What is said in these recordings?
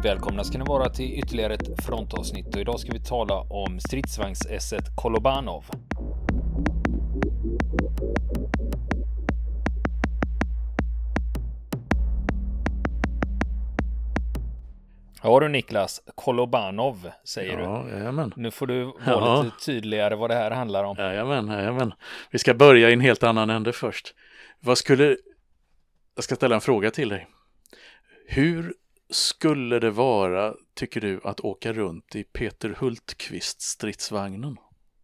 Välkomna ska ni vara till ytterligare ett frontavsnitt och idag ska vi tala om stridsvagns-esset Kolobanov. Ja du Niklas, Kolobanov säger du. Jajamän. Nu får du vara lite tydligare vad det här handlar om. Jajamän. Vi ska börja i en helt annan ände först. Jag ska ställa en fråga till dig. Hur skulle det vara, tycker du, att åka runt i Peter Hultqvists stridsvagnen?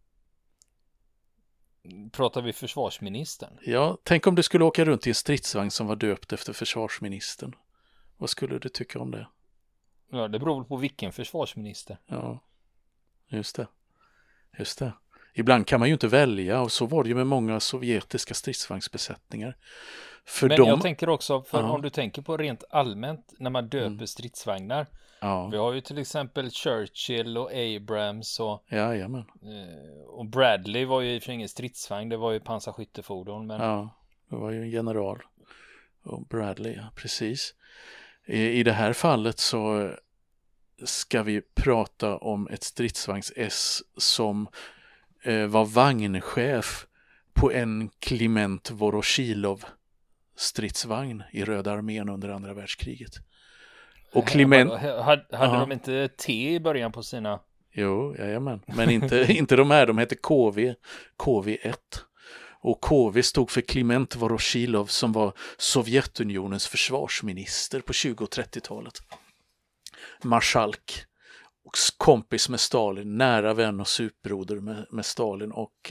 Pratar vi försvarsministern? Ja, tänk om du skulle åka runt i en stridsvagn som var döpt efter försvarsministern. Vad skulle du tycka om det? Ja, det beror väl på vilken försvarsminister. Ja, just det. Ibland kan man ju inte välja, och så var det ju med många sovjetiska stridsvagnsbesättningar. Men jag tänker också, om du tänker på rent allmänt när man döper stridsvagnar. Ja. Vi har ju till exempel Churchill och Abrams och Bradley var ju i och för sig ingen stridsvagn, det var ju pansarskyttefordon. Men... Ja, det var ju en general. Och Bradley, ja, precis. I det här fallet så ska vi prata om ett stridsvagns-S som var vagnchef på en Kliment Voroshilov stridsvagn i Röda armén under andra världskriget. Och Kliment... Hade de inte T i början på sina... Jo, jajamän. Men inte de här, de hette KV1. Och KV stod för Kliment Voroshilov som var Sovjetunionens försvarsminister på 20- och 30-talet. Marskalk och kompis med Stalin, nära vän och supbroder med Stalin och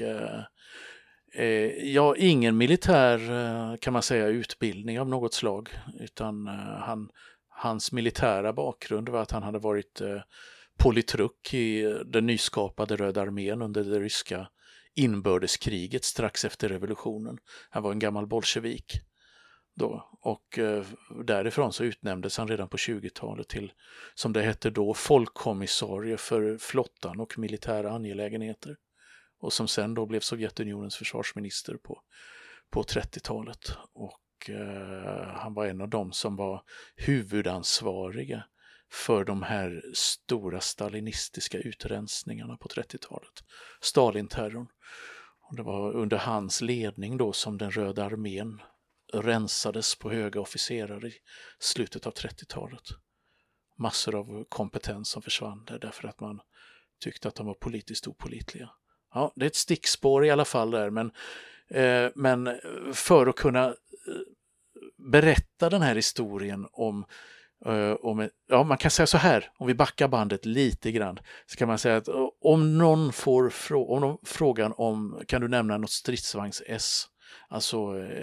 ingen militär kan man säga utbildning av något slag, utan hans militära bakgrund var att han hade varit politruk i den nyskapade Röda armén under det ryska inbördeskriget strax efter revolutionen. Han var en gammal bolsjevik då, och därifrån så utnämndes han redan på 20-talet till, som det hette då, folkkommissarie för flottan och militära angelägenheter, och som sen då blev Sovjetunionens försvarsminister på 30-talet, och han var en av dem som var huvudansvariga för de här stora stalinistiska utrensningarna på 30-talet, Stalin-terrorn. Och det var under hans ledning då som den Röda armén rensades på höga officerare i slutet av 30-talet. Massor av kompetens som försvann där därför att man tyckte att de var politiskt opålitliga. Ja, det är ett stickspår i alla fall där, men för att kunna berätta den här historien om man kan säga så här, om vi backar bandet lite grann, så kan man säga att om någon får frågan om kan du nämna något stridsvagns-S, alltså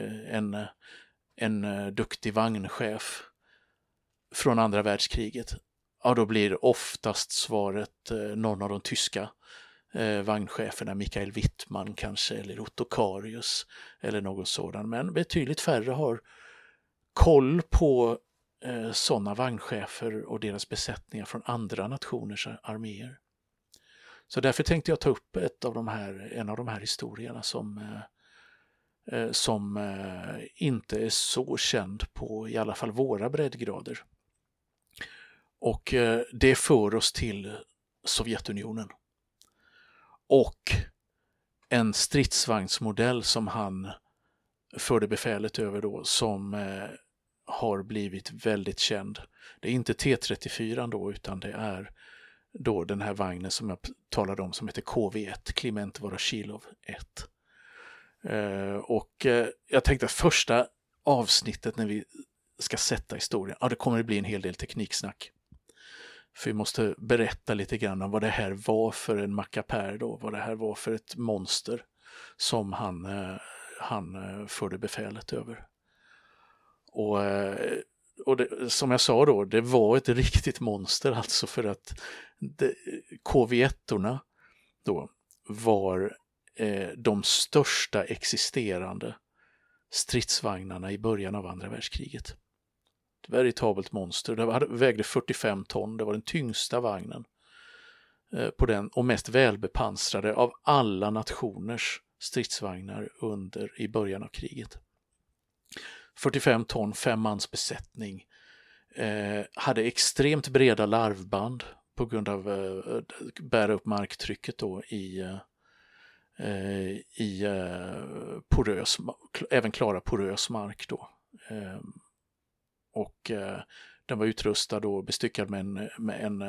en duktig vagnchef från andra världskriget, ja då blir oftast svaret någon av de tyska vagncheferna, Michael Wittmann kanske, eller Otto Karius eller någon sådan, men betydligt färre har koll på sådana vagnchefer och deras besättningar från andra nationers arméer. Så därför tänkte jag ta upp en av de här historierna som inte är så känd på i alla fall våra breddgrader. Och det för oss till Sovjetunionen. Och en stridsvagnsmodell som han förde befälet över då, som har blivit väldigt känd. Det är inte T34 då, utan det är då den här vagnen som jag talade om som heter KV1, Kliment Voroshilov 1. Och jag tänkte att första avsnittet när vi ska sätta historien, det kommer att bli en hel del tekniksnack. För vi måste berätta lite grann om vad det här var för en mackapär då, vad det här var för ett monster som han förde befälet över. Och det, som jag sa då, det var ett riktigt monster, alltså, för att KV1-orna då var de största existerande stridsvagnarna i början av andra världskriget. Ett veritabelt monster. Det vägde 45 ton, det var den tyngsta vagnen på den och mest välbepansrade av alla nationers stridsvagnar i början av kriget. 45 ton, 5 mans besättning, hade extremt breda larvband på grund av bära upp marktrycket då i porös, även klara porös mark då. Och den var utrustad och bestyckad med en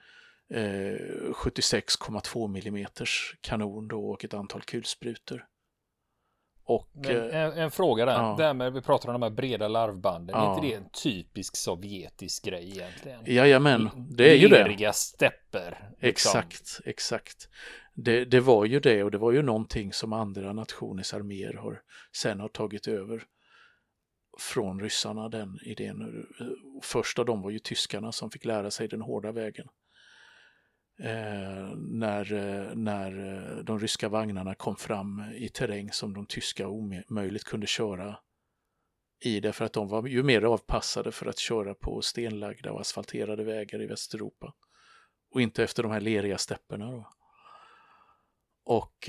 76,2 mm kanon då och ett antal kulsprutor. Och, en fråga där. Ja. Därmed vi pratar om de här breda larvbanden. Är inte det en typisk sovjetisk grej egentligen? Jajamän, det är ju det. Leriga stepper. Liksom. Exakt. Det var ju det, och det var ju någonting som andra nationers arméer sen har tagit över från ryssarna, den idén. Först av dem var ju tyskarna som fick lära sig den hårda vägen. När de ryska vagnarna kom fram i terräng som de tyska omöjligt kunde köra i, därför att de var ju mer avpassade för att köra på stenlagda och asfalterade vägar i Västeuropa och inte efter de här leriga stepperna då. Och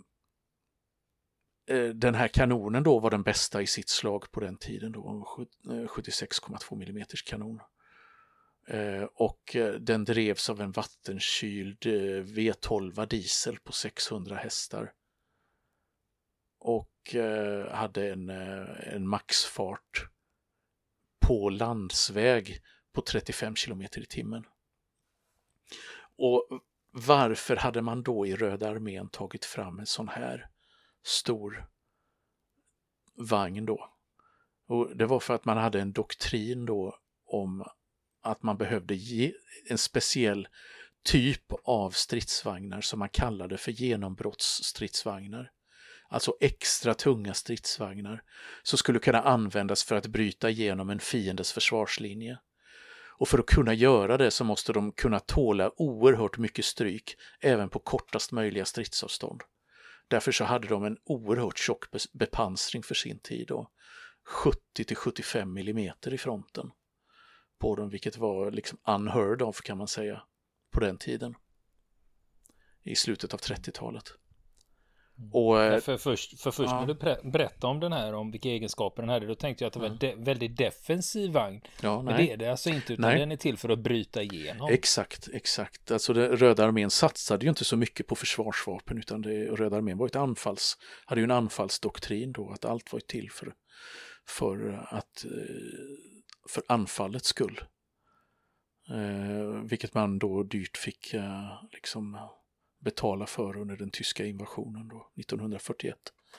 den här kanonen då var den bästa i sitt slag på den tiden då, 76,2 mm kanon. Och den drevs av en vattenkyld V12 diesel på 600 hästar och hade en maxfart på landsväg på 35 km i timmen. Och varför hade man då i Röda armén tagit fram en sån här stor vagn då? Och det var för att man hade en doktrin då om att man behövde ge en speciell typ av stridsvagnar som man kallade för genombrottsstridsvagnar. Alltså extra tunga stridsvagnar som skulle kunna användas för att bryta igenom en fiendes försvarslinje. Och för att kunna göra det så måste de kunna tåla oerhört mycket stryk även på kortast möjliga stridsavstånd. Därför så hade de en oerhört tjock bepansring för sin tid då. 70-75 mm i fronten på dem, vilket var liksom unheard of kan man säga på den tiden i slutet av 30-talet. Och, först när du berättade om den här, om vilka egenskaper den hade, då tänkte jag att det var en väldigt defensiv vagn. Men det är det alltså inte, utan den är till för att bryta igenom. Exakt. Alltså Röda armén satsade ju inte så mycket på försvarsvapen, utan Röda armén var hade ju en anfallsdoktrin då, att allt var till för anfallets skull. Vilket man då dyrt fick liksom betala för under den tyska invasionen då, 1941.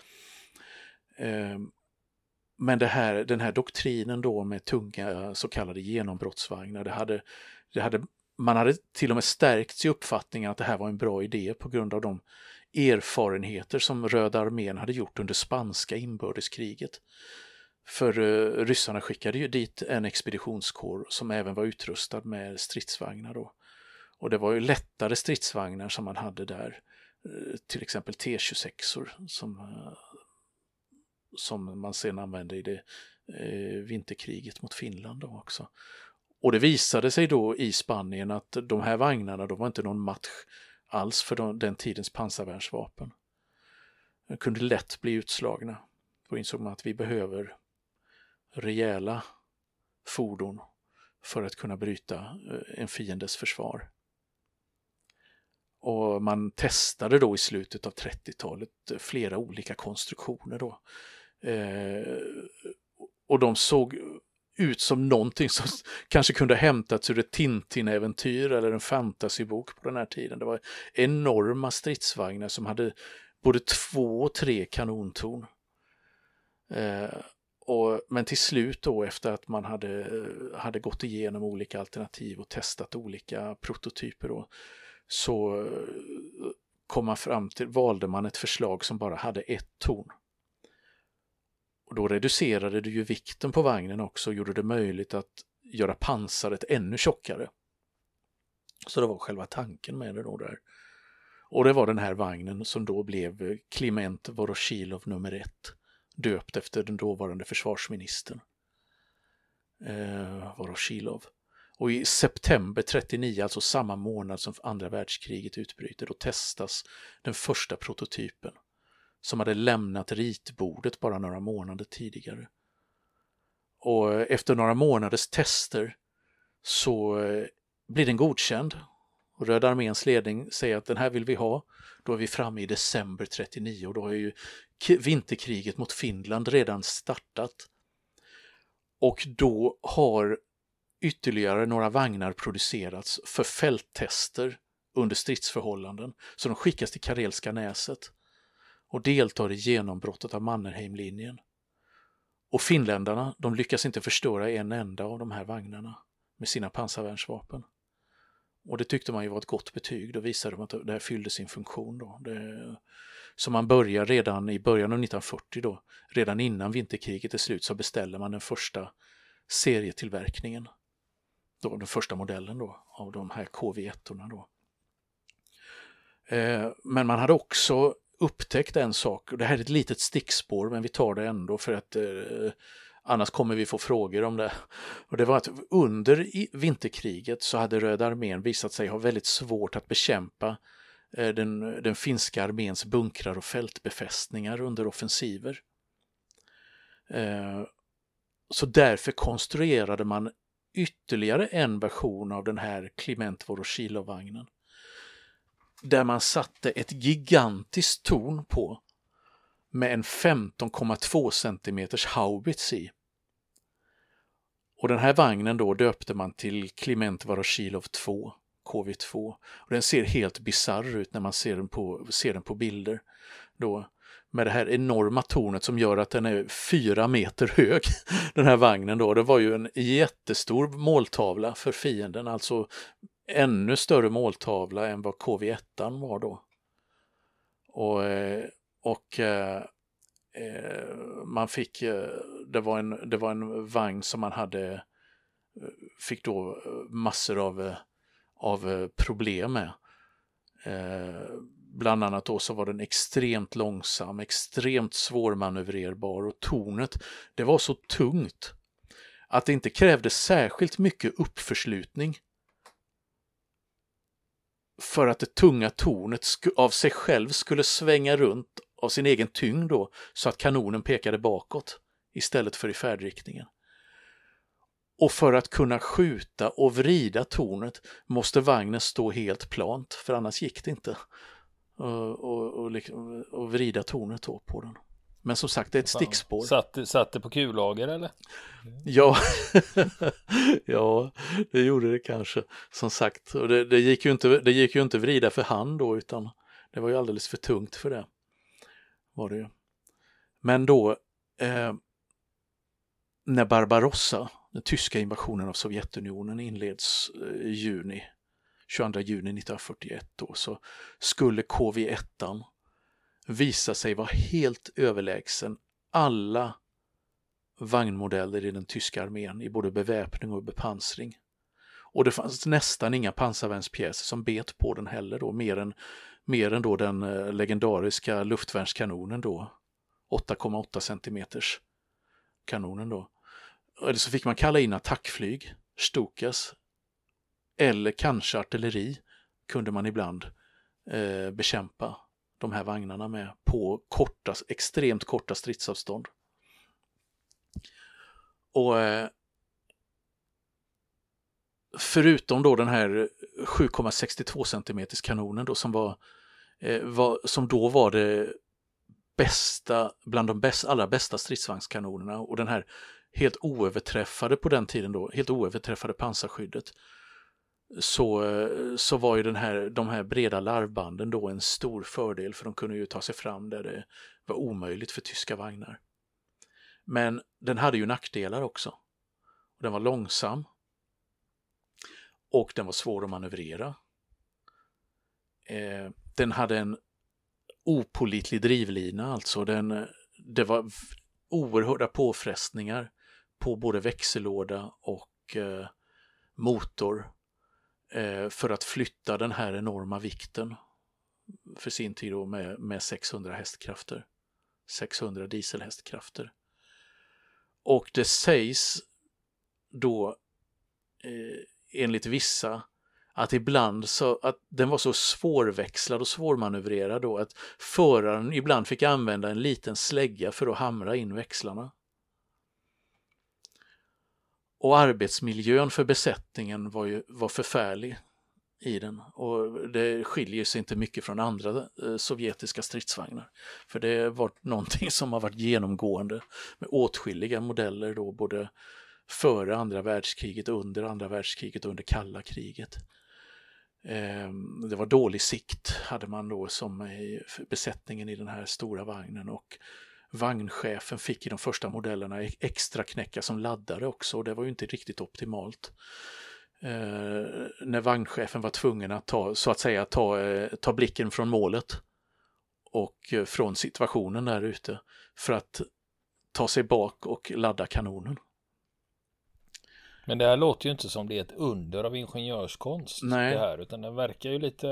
Men den här doktrinen då med tunga så kallade genombrottsvagnar, man hade till och med stärkts i uppfattningen att det här var en bra idé på grund av de erfarenheter som Röda armén hade gjort under spanska inbördeskriget. För ryssarna skickade ju dit en expeditionskår som även var utrustad med stridsvagnar då. Och det var ju lättare stridsvagnar som man hade där, till exempel T26or som man sen använde i det vinterkriget mot Finland då också. Och det visade sig då i Spanien att de här vagnarna, de var inte någon match alls för den tidens pansarvärnsvapen. De kunde lätt bli utslagna. Då insåg man att vi behöver rejäla fordon för att kunna bryta en fiendes försvar. Och man testade då i slutet av 30-talet flera olika konstruktioner då. Och de såg ut som någonting som kanske kunde hämtats ur ett Tintin-äventyr eller en fantasybok på den här tiden. Det var enorma stridsvagnar som hade både 2 och 3 kanontorn. Men till slut då, efter att man hade gått igenom olika alternativ och testat olika prototyper då, så kom man valde man ett förslag som bara hade 1 torn. Och då reducerade det ju vikten på vagnen också och gjorde det möjligt att göra pansaret ännu tjockare. Så det var själva tanken med det då där. Och det var den här vagnen som då blev Kliment Voroshilov nummer 1, döpt efter den dåvarande försvarsministern Voroshilov. Och i september 39, alltså samma månad som andra världskriget utbryter, då testas den första prototypen som hade lämnat ritbordet bara några månader tidigare. Och efter några månaders tester så blir den godkänd. Och Röda arméns ledning säger att den här vill vi ha. Då är vi framme i december 39 och då har ju vinterkriget mot Finland redan startat. Och då har ytterligare några vagnar producerats för fälttester under stridsförhållanden. Så de skickas till Karelska näset och deltar i genombrottet av Mannerheimlinjen. Och finländarna, de lyckas inte förstöra en enda av de här vagnarna med sina pansarvärnsvapen. Och det tyckte man ju var ett gott betyg. Då visade de att det här fyllde sin funktion. Då. Så man börjar redan i början av 1940 då, redan innan vinterkriget är slut, så beställer man den första serietillverkningen. Då, den första modellen då, av de här KV1-orna då. Men man hade också upptäckt en sak, och det här är ett litet stickspår, men vi tar det ändå för att annars kommer vi få frågor om det. Och det var att under vinterkriget så hade Röda armén visat sig ha väldigt svårt att bekämpa den finska arméns bunkrar och fältbefästningar under offensiver. Så därför konstruerade man ytterligare en version av den här Kliment Voroshilov-vagnen. Där man satte ett gigantiskt torn på med en 15,2 cm haubits i. Och den här vagnen då döpte man till Kliment Voroshilov 2, KV2. Och den ser helt bizarr ut när man ser den på bilder. Då, med det här enorma tornet som gör att den är 4 meter hög, den här vagnen då. Det var ju en jättestor måltavla för fienden, alltså ännu större måltavla än vad KV1 var då. Och man fick, det var en vagn som man fick då massor av problem med. Bland annat då så var den extremt långsam, extremt svårmanövrerbar, och tornet, det var så tungt att det inte krävde särskilt mycket uppförslutning för att det tunga tornet av sig själv skulle svänga runt av sin egen tyngd då, så att kanonen pekade bakåt istället för i färdriktningen. Och för att kunna skjuta och vrida tornet måste vagnen stå helt plant, för annars gick det inte och vrida tornet då på den. Men som sagt, det är ett stickspår. Satt det på kullager eller? Ja, ja, det gjorde det kanske. Som sagt, och det gick ju inte vrida för hand då, utan det var ju alldeles för tungt för det. Var det ju. Men då när Barbarossa, den tyska invasionen av Sovjetunionen, inleds 22 juni 1941 då, så skulle KV1 visa sig vara helt överlägsen alla vagnmodeller i den tyska armén i både beväpning och bepansring. Och det fanns nästan inga pansarvärnspjäser som bet på den heller då, mer än då den legendariska luftvärnskanonen då, 8,8 centimeters kanonen då. Eller så fick man kalla in attackflyg, Stukas, eller kanske artilleri kunde man ibland bekämpa de här vagnarna med på extremt korta stridsavstånd. Och förutom då den här 7,62 cm kanonen då, som då var det bästa, bland de allra bästa stridsvagnskanonerna, och den här helt oöverträffade på den tiden då, helt oöverträffade pansarskyddet, så var ju de här breda larvbanden då en stor fördel, för de kunde ju ta sig fram där det var omöjligt för tyska vagnar. Men den hade ju nackdelar också. Den var långsam och den var svår att manövrera. Den hade en opålitlig drivlina, alltså det var oerhörda påfrestningar på både växellåda och motor för att flytta den här enorma vikten för sin tid då med 600 hästkrafter, 600 dieselhästkrafter. Och det sägs då enligt vissa att ibland så att den var så svårväxlad och svårmanövrerad då att föraren ibland fick använda en liten slägga för att hamra in växlarna. Och arbetsmiljön för besättningen var förfärlig i den. Och det skiljer sig inte mycket från andra sovjetiska stridsvagnar. För det var någonting som har varit genomgående med åtskilliga modeller då, både före andra världskriget, under andra världskriget och under kalla kriget. Det var dålig sikt hade man då som i besättningen i den här stora vagnen, och vagnchefen fick i de första modellerna extra knäcka som laddare också, och det var ju inte riktigt optimalt. När vagnchefen var tvungen att ta blicken från målet och från situationen där ute för att ta sig bak och ladda kanonen. Men det här låter ju inte som det är ett under av ingenjörskonst. Nej. Det här, utan den verkar ju lite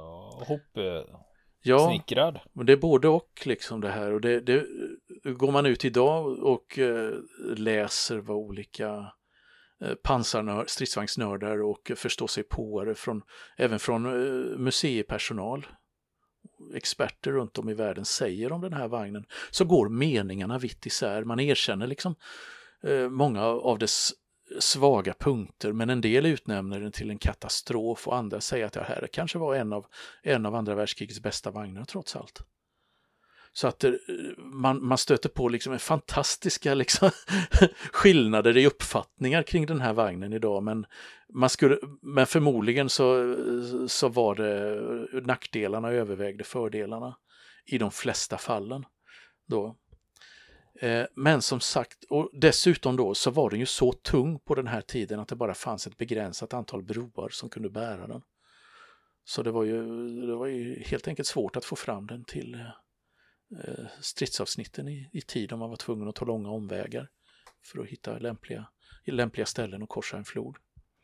snickrad. Ja, det är både och liksom det här. Och det går man ut idag och läser vad olika stridsvagnsnördar och förståsigpåare även från museipersonal, experter runt om i världen säger om den här vagnen, så går meningarna vitt isär. Man erkänner liksom många av dess svaga punkter, men en del utnämner den till en katastrof och andra säger att det här kanske var en av andra världskrigets bästa vagnar trots allt. Så att man stöter på liksom en fantastiska liksom skillnader i uppfattningar kring den här vagnen idag, men förmodligen så var det nackdelarna övervägde fördelarna i de flesta fallen då. Men som sagt, och dessutom då så var den ju så tung på den här tiden att det bara fanns ett begränsat antal broar som kunde bära den. Så det var ju helt enkelt svårt att få fram den till stridsavsnitten i tid om man var tvungen att ta långa omvägar för att hitta lämpliga ställen och korsa en flod.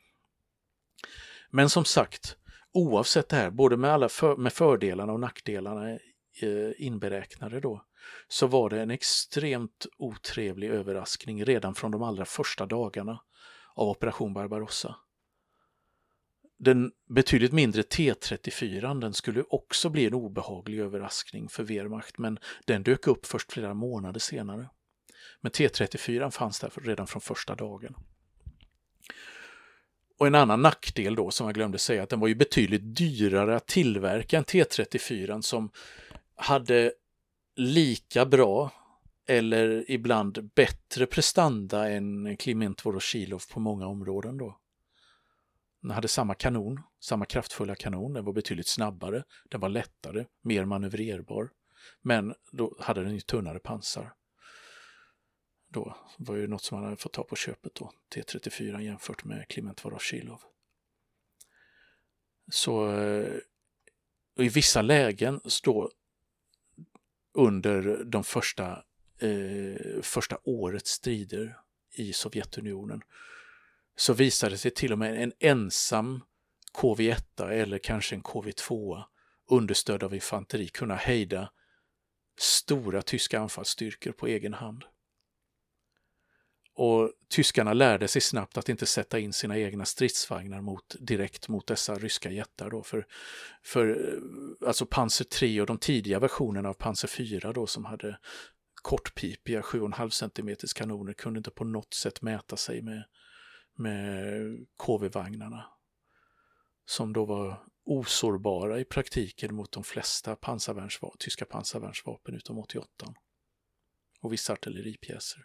Men som sagt, oavsett det här, både med fördelarna och nackdelarna inberäknade då, så var det en extremt otrevlig överraskning redan från de allra första dagarna av Operation Barbarossa. Den betydligt mindre T-34 den skulle också bli en obehaglig överraskning för Wehrmacht, men den dök upp först flera månader senare. Men T-34 fanns där redan från första dagen. Och en annan nackdel då som jag glömde säga, att den var ju betydligt dyrare att tillverka än T-34 som hade lika bra eller ibland bättre prestanda än Kliment Voroshilov på många områden då. Den hade samma kraftfulla kanon, den var betydligt snabbare, den var lättare, mer manövrerbar, men då hade den ju tunnare pansar. Då var ju något som man hade fått ta på köpet då, T-34 jämfört med Kliment Voroshilov. Så i vissa lägen under de första årets strider i Sovjetunionen så visade det sig till och med en ensam KV-1 eller kanske en KV-2 understödd av infanteri kunna hejda stora tyska anfallsstyrkor på egen hand. Och tyskarna lärde sig snabbt att inte sätta in sina egna stridsvagnar direkt mot dessa ryska jättar då, för alltså Panzer 3 och de tidiga versionerna av Panzer 4 då, som hade kortpipiga 7,5 cm kanoner, kunde inte på något sätt mäta sig med KV-vagnarna som då var osårbara i praktiken mot de flesta tyska pansarvärnsvapen utom 88 och vissa artilleripjäser.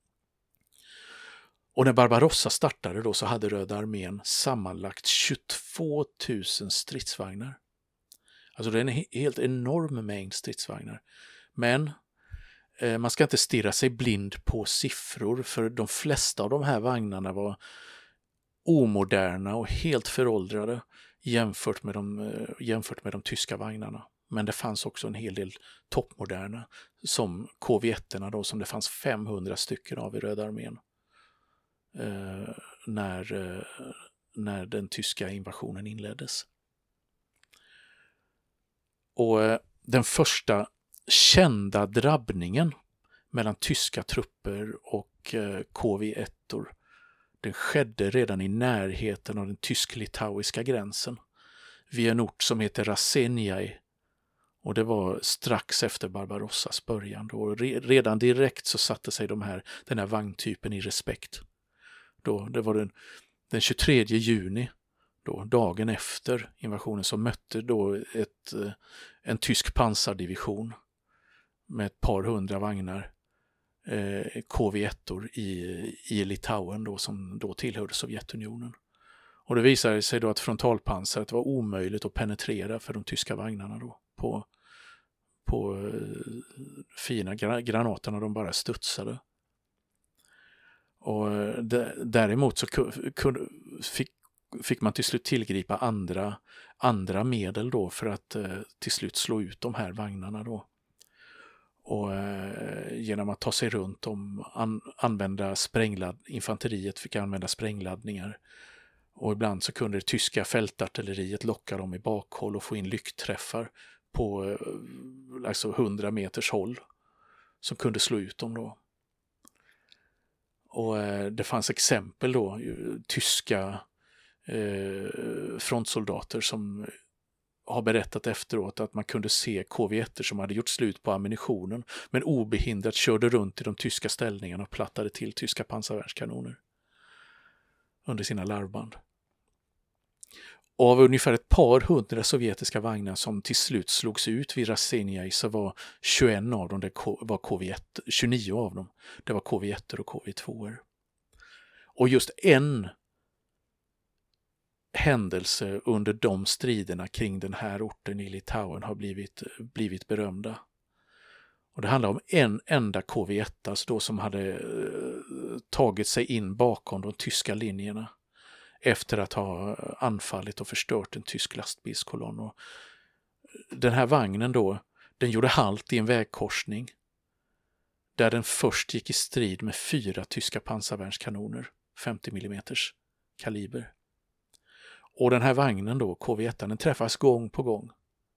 Och när Barbarossa startade då så hade Röda armén sammanlagt 22 000 stridsvagnar. Alltså det är en helt enorm mängd stridsvagnar. Men man ska inte stirra sig blind på siffror, för de flesta av de här vagnarna var omoderna och helt föråldrade jämfört med de tyska vagnarna. Men det fanns också en hel del toppmoderna som KV-1-erna då, som det fanns 500 stycken av i Röda armén. När den tyska invasionen inleddes. Och den första kända drabbningen mellan tyska trupper och KV-1-or, den skedde redan i närheten av den tysk-litauiska gränsen vid en ort som heter Rasenjai, och det var strax efter Barbarossas början då. Redan direkt så satte sig den här vagntypen i respekt. Då, det var den 23 juni, då, dagen efter invasionen, som mötte då en tysk pansardivision med ett par hundra vagnar, KV-1 i Litauen då, som då tillhörde Sovjetunionen. Och det visade sig då att frontalpansaret var omöjligt att penetrera för de tyska vagnarna då på fina granaterna, de bara studsade. Och däremot så fick man till slut tillgripa andra medel då för att till slut slå ut de här vagnarna då. Och genom att ta sig runt använda infanteriet fick använda sprängladdningar. Och ibland så kunde det tyska fältartilleriet locka dem i bakhåll och få in lyktträffar på alltså 100 meters håll som kunde slå ut dem då. Och det fanns exempel då, tyska frontsoldater som har berättat efteråt att man kunde se KV-1 som hade gjort slut på ammunitionen men obehindrat körde runt i de tyska ställningarna och plattade till tyska pansarvärnskanoner under sina larvband. Och av ungefär ett par hundra sovjetiska vagnar som till slut slogs ut vid Raseiniai så var 21 av dem var KV-1, 29 av dem det var KV-1 och KV-2. Och just en händelse under de striderna kring den här orten i Litauen har blivit berömda. Och det handlar om en enda KV-1 alltså då, som hade tagit sig in bakom de tyska linjerna efter att ha anfallit och förstört en tysk lastbilskolonn. Och den här vagnen då, den gjorde halt i en vägkorsning där den först gick i strid med 4 tyska pansarvärnskanoner, 50 mm kaliber. Och den här vagnen då, KV-1, den träffas gång på gång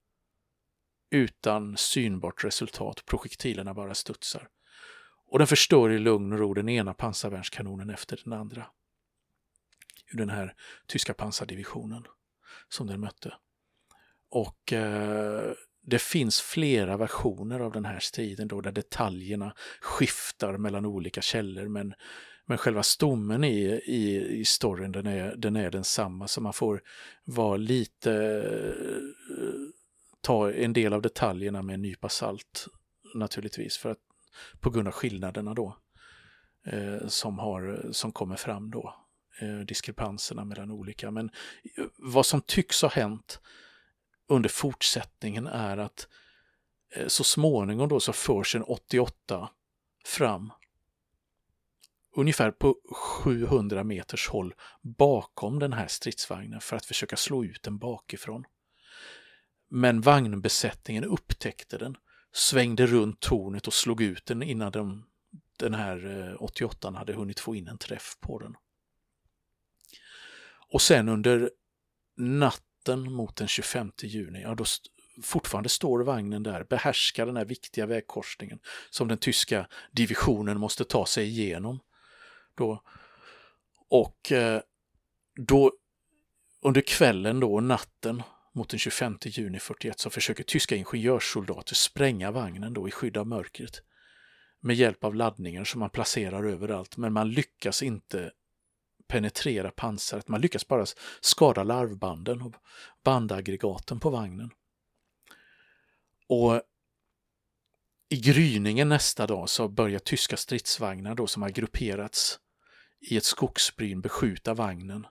utan synbart resultat. Projektilerna bara studsar. Och den förstör i lugn och ro den ena pansarvärnskanonen efter den andra. Ur den här tyska pansardivisionen som den mötte. Och det finns flera versioner av den här striden då, där detaljerna skiftar mellan olika källor, men själva stommen i storyn den är densamma, så man får vara ta en del av detaljerna med en nypa salt naturligtvis, för att på grund av skillnaderna då som kommer fram då, diskrepanserna mellan olika. Men vad som tycks ha hänt under fortsättningen är att så småningom då så förs en 88 fram ungefär på 700 meters håll bakom den här stridsvagnen för att försöka slå ut den bakifrån. Men vagnbesättningen upptäckte den, svängde runt tornet och slog ut den innan den här 88 hade hunnit få in en träff på den. Och sen under natten mot den 25 juni, ja, då fortfarande står vagnen där, behärskar den här viktiga vägkorsningen som den tyska divisionen måste ta sig igenom. Då under kvällen då, natten mot den 25 juni 41, så försöker tyska ingenjörssoldater spränga vagnen då i skydd av mörkret med hjälp av laddningar som man placerar överallt, men man lyckas inte penetrera pansaret. Man lyckas bara skada larvbanden och bandaggregaten på vagnen. Och i gryningen nästa dag så börjar tyska stridsvagnar då, som har grupperats i ett skogsbryn, beskjuta vagnen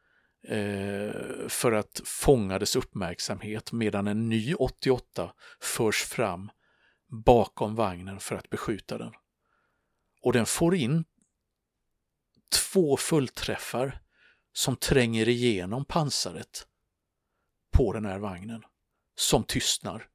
för att fånga dess uppmärksamhet, medan en ny 88 förs fram bakom vagnen för att beskjuta den. Och den får in 2 fullträffar som tränger igenom pansaret på den här vagnen, som tystnar.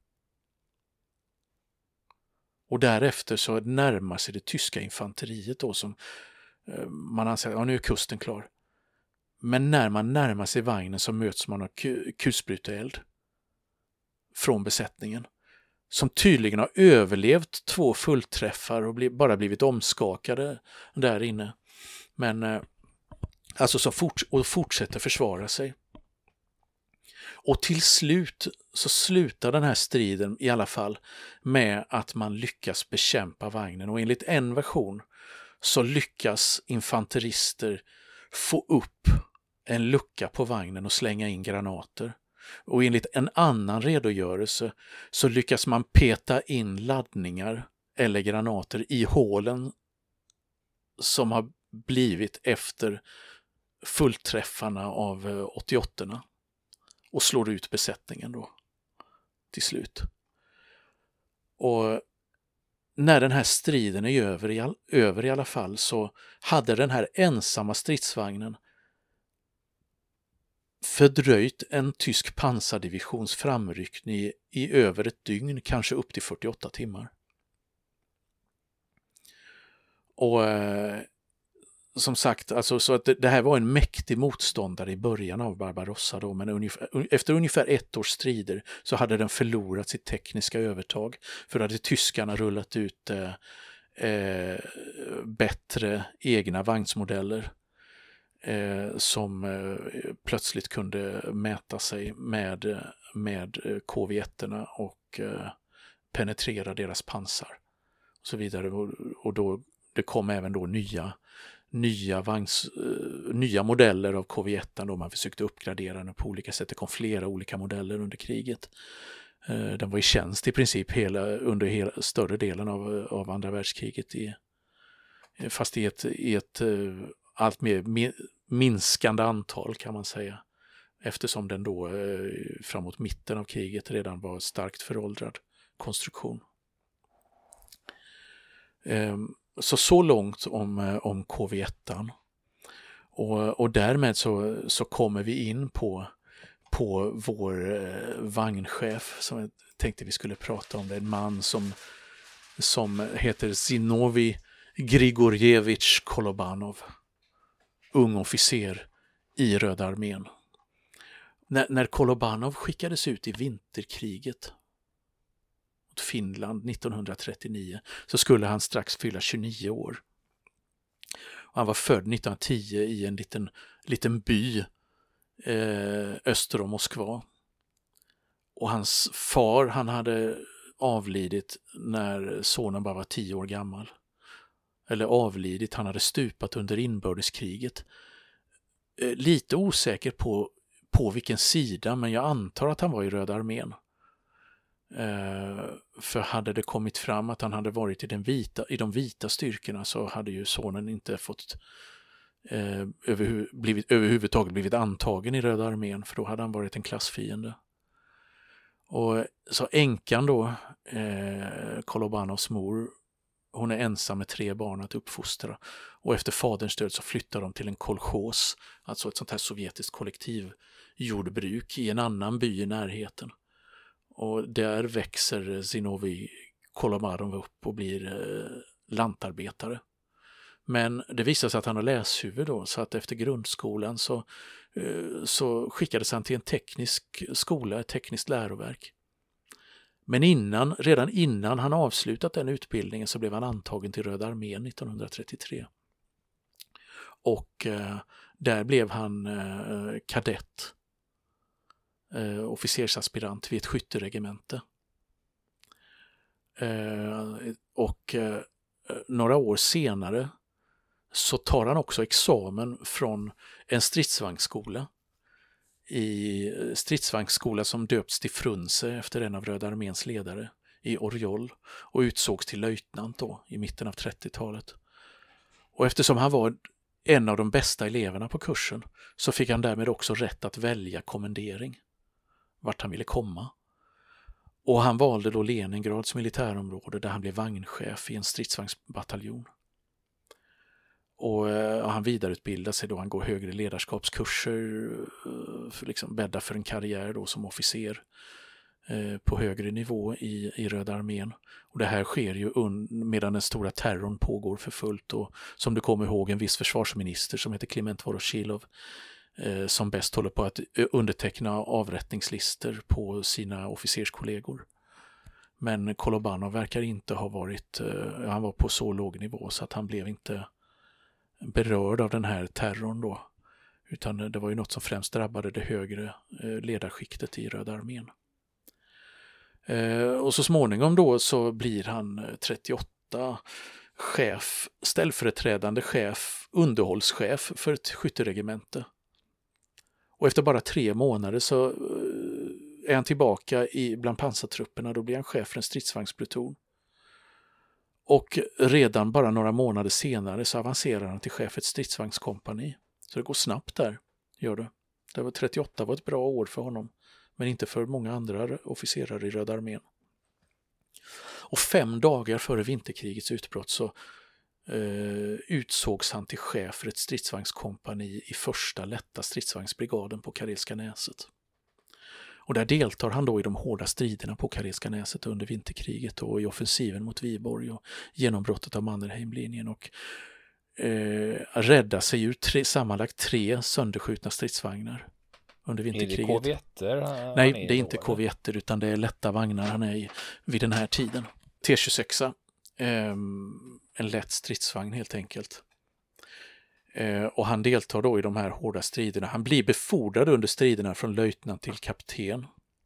Och därefter så närmar sig det tyska infanteriet då, som man anser att nu är kusten klar. Men när man närmar sig vagnen så möts man av kulspruteeld från besättningen, som tydligen har överlevt 2 fullträffar och bara blivit omskakade där inne. Men alltså som fortsätter försvara sig. Och till slut så slutar den här striden i alla fall med att man lyckas bekämpa vagnen. Och enligt en version så lyckas infanterister få upp en lucka på vagnen och slänga in granater. Och enligt en annan redogörelse så lyckas man peta in laddningar eller granater i hålen som har blivit efter fullträffarna av 88:orna och slår ut besättningen då till slut. Och när den här striden är över i alla fall, så hade den här ensamma stridsvagnen fördröjt en tysk pansardivisions framryckning i över ett dygn, kanske upp till 48 timmar. Och som sagt, alltså, så att det här var en mäktig motståndare i början av Barbarossa då, men efter ungefär 1 års strider så hade den förlorat sitt tekniska övertag, för att tyskarna rullat ut bättre egna vagnsmodeller som plötsligt kunde mäta sig med KV-1:orna och penetrera deras pansar och så vidare. Och då det kom även då nya modeller av KV-1 då man försökte uppgradera den på olika sätt. Det kom flera olika modeller under kriget. Den var i tjänst i princip under större delen av andra världskriget fast i ett allt mer minskande antal, kan man säga, eftersom den då framåt mitten av kriget redan var starkt föråldrad konstruktion. Så långt om KV-1. Och därmed så kommer vi in på vår vagnchef som jag tänkte vi skulle prata om. Det är en man som heter Zinovij Grigorjevich Kolobanov, ung officer i Röda armén. När Kolobanov skickades ut i vinterkriget mot Finland 1939 så skulle han strax fylla 29 år. Han var född 1910 i en liten by öster om Moskva. Och hans far, han hade avlidit när sonen bara var 10 år gammal. Eller avlidit, han hade stupat under inbördeskriget. Lite osäker på vilken sida, men jag antar att han var i Röda armén. För hade det kommit fram att han hade varit i de vita styrkorna så hade ju sonen inte fått överhuvudtaget blivit antagen i Röda armén, för då hade han varit en klassfiende. Och så änkan då, Kolobanovs mor, hon är ensam med 3 barn att uppfostra, och efter faderns död så flyttar de till en kolchos, alltså ett sånt här sovjetiskt kollektivjordbruk i en annan by i närheten. Och där växer Zinovij Kolobanov upp och blir lantarbetare. Men det visar sig att han har läshuvud då, så att efter grundskolan så skickades han till en teknisk skola, ett tekniskt läroverk. Men redan innan han avslutat den utbildningen så blev han antagen till Röda armén 1933. Och där blev han kadett, officersaspirant vid ett skytteregemente. Och några år senare så tar han också examen från en stridsvagnsskola som döpts till Frunze efter en av Röda arméns ledare i Orjol, och utsågs till löjtnant då i mitten av 30-talet. Och eftersom han var en av de bästa eleverna på kursen så fick han därmed också rätt att välja kommendering, vart han ville komma. Och han valde då Leningrads militärområde, där han blev vagnchef i en stridsvagnsbataljon. Och han vidareutbildar sig då, han går högre ledarskapskurser, liksom bäddar för en karriär då som officer på högre nivå i Röda armén. Och det här sker ju medan den stora terrorn pågår för fullt, och som du kommer ihåg en viss försvarsminister som heter Klement Voroshilov som bäst håller på att underteckna avrättningslister på sina officerskollegor. Men Kolobanov verkar inte ha varit, han var på så låg nivå så att han blev inte berörd av den här terrorn då, utan det var ju något som främst drabbade det högre ledarskiktet i Röda armén. Och så småningom då så blir han 38, ställföreträdande chef, underhållschef för ett skytteregemente. Och efter bara 3 månader så är han tillbaka bland pansartrupperna. Då blir han chef för en stridsvagnspluton. Och redan bara några månader senare så avancerar han till chef för ett stridsvagnskompani. Så det går snabbt där, gör det. 38 var ett bra år för honom, men inte för många andra officerare i Röda armén. Och 5 dagar före vinterkrigets utbrott så utsågs han till chef för ett stridsvagnskompani i första lätta stridsvagnsbrigaden på Karelska näset. Och där deltar han då i de hårda striderna på Karelska näset under vinterkriget och i offensiven mot Viborg och genombrottet av Mannerheimlinjen och räddar sig ur sammanlagt 3 sönderskjutna stridsvagnar under vinterkriget. Är det K-vetter? Nej, det är inte K-vetter utan det är lätta vagnar han är i vid den här tiden. T26, en lätt stridsvagn helt enkelt. Och han deltar då i de här hårda striderna. Han blir befordrad under striderna från löjtnant till kapten.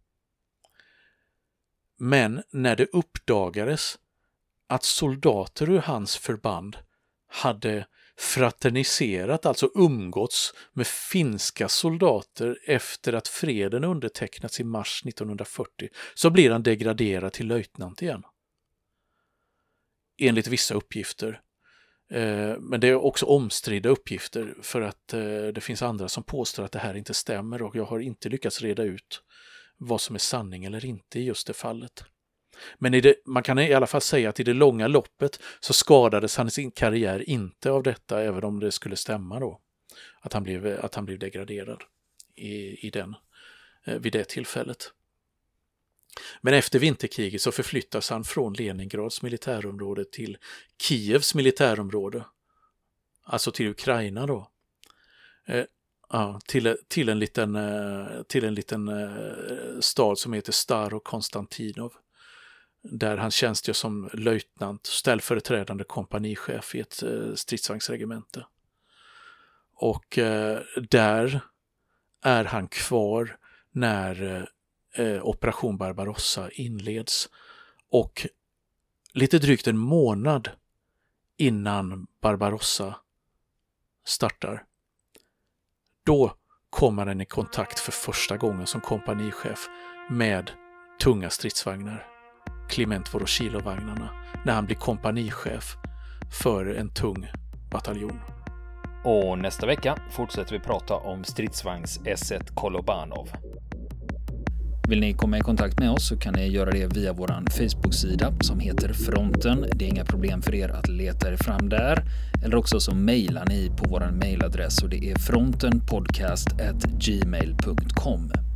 Men när det uppdagades att soldater ur hans förband hade fraterniserat, alltså umgåtts med finska soldater efter att freden undertecknats i mars 1940, så blir han degraderad till löjtnant igen. Enligt vissa uppgifter. Men det är också omstridda uppgifter för att det finns andra som påstår att det här inte stämmer och jag har inte lyckats reda ut vad som är sanning eller inte i just det fallet. Men man kan i alla fall säga att i det långa loppet så skadades han sin karriär inte av detta, även om det skulle stämma då att han blev degraderad vid det tillfället. Men efter vinterkriget så förflyttas han från Leningrads militärområde till Kievs militärområde, alltså till Ukraina då. Till en liten stad som heter Starokonstantinov, där han tjänstgör som löjtnant, ställföreträdande kompanichef i ett stridsvagnsregemente. Och där är han kvar när Operation Barbarossa inleds, och lite drygt en månad innan Barbarossa startar, då kommer han i kontakt för första gången som kompanichef med tunga stridsvagnar, Kliment Voroshilov-vagnarna, när han blir kompanichef för en tung bataljon. Och nästa vecka fortsätter vi prata om stridsvagns S1 Kolobanov. Vill ni komma i kontakt med oss så kan ni göra det via vår Facebook-sida som heter Fronten. Det är inga problem för er att leta er fram där. Eller också så mejlar ni på vår mejladress och det är frontenpodcast@gmail.com.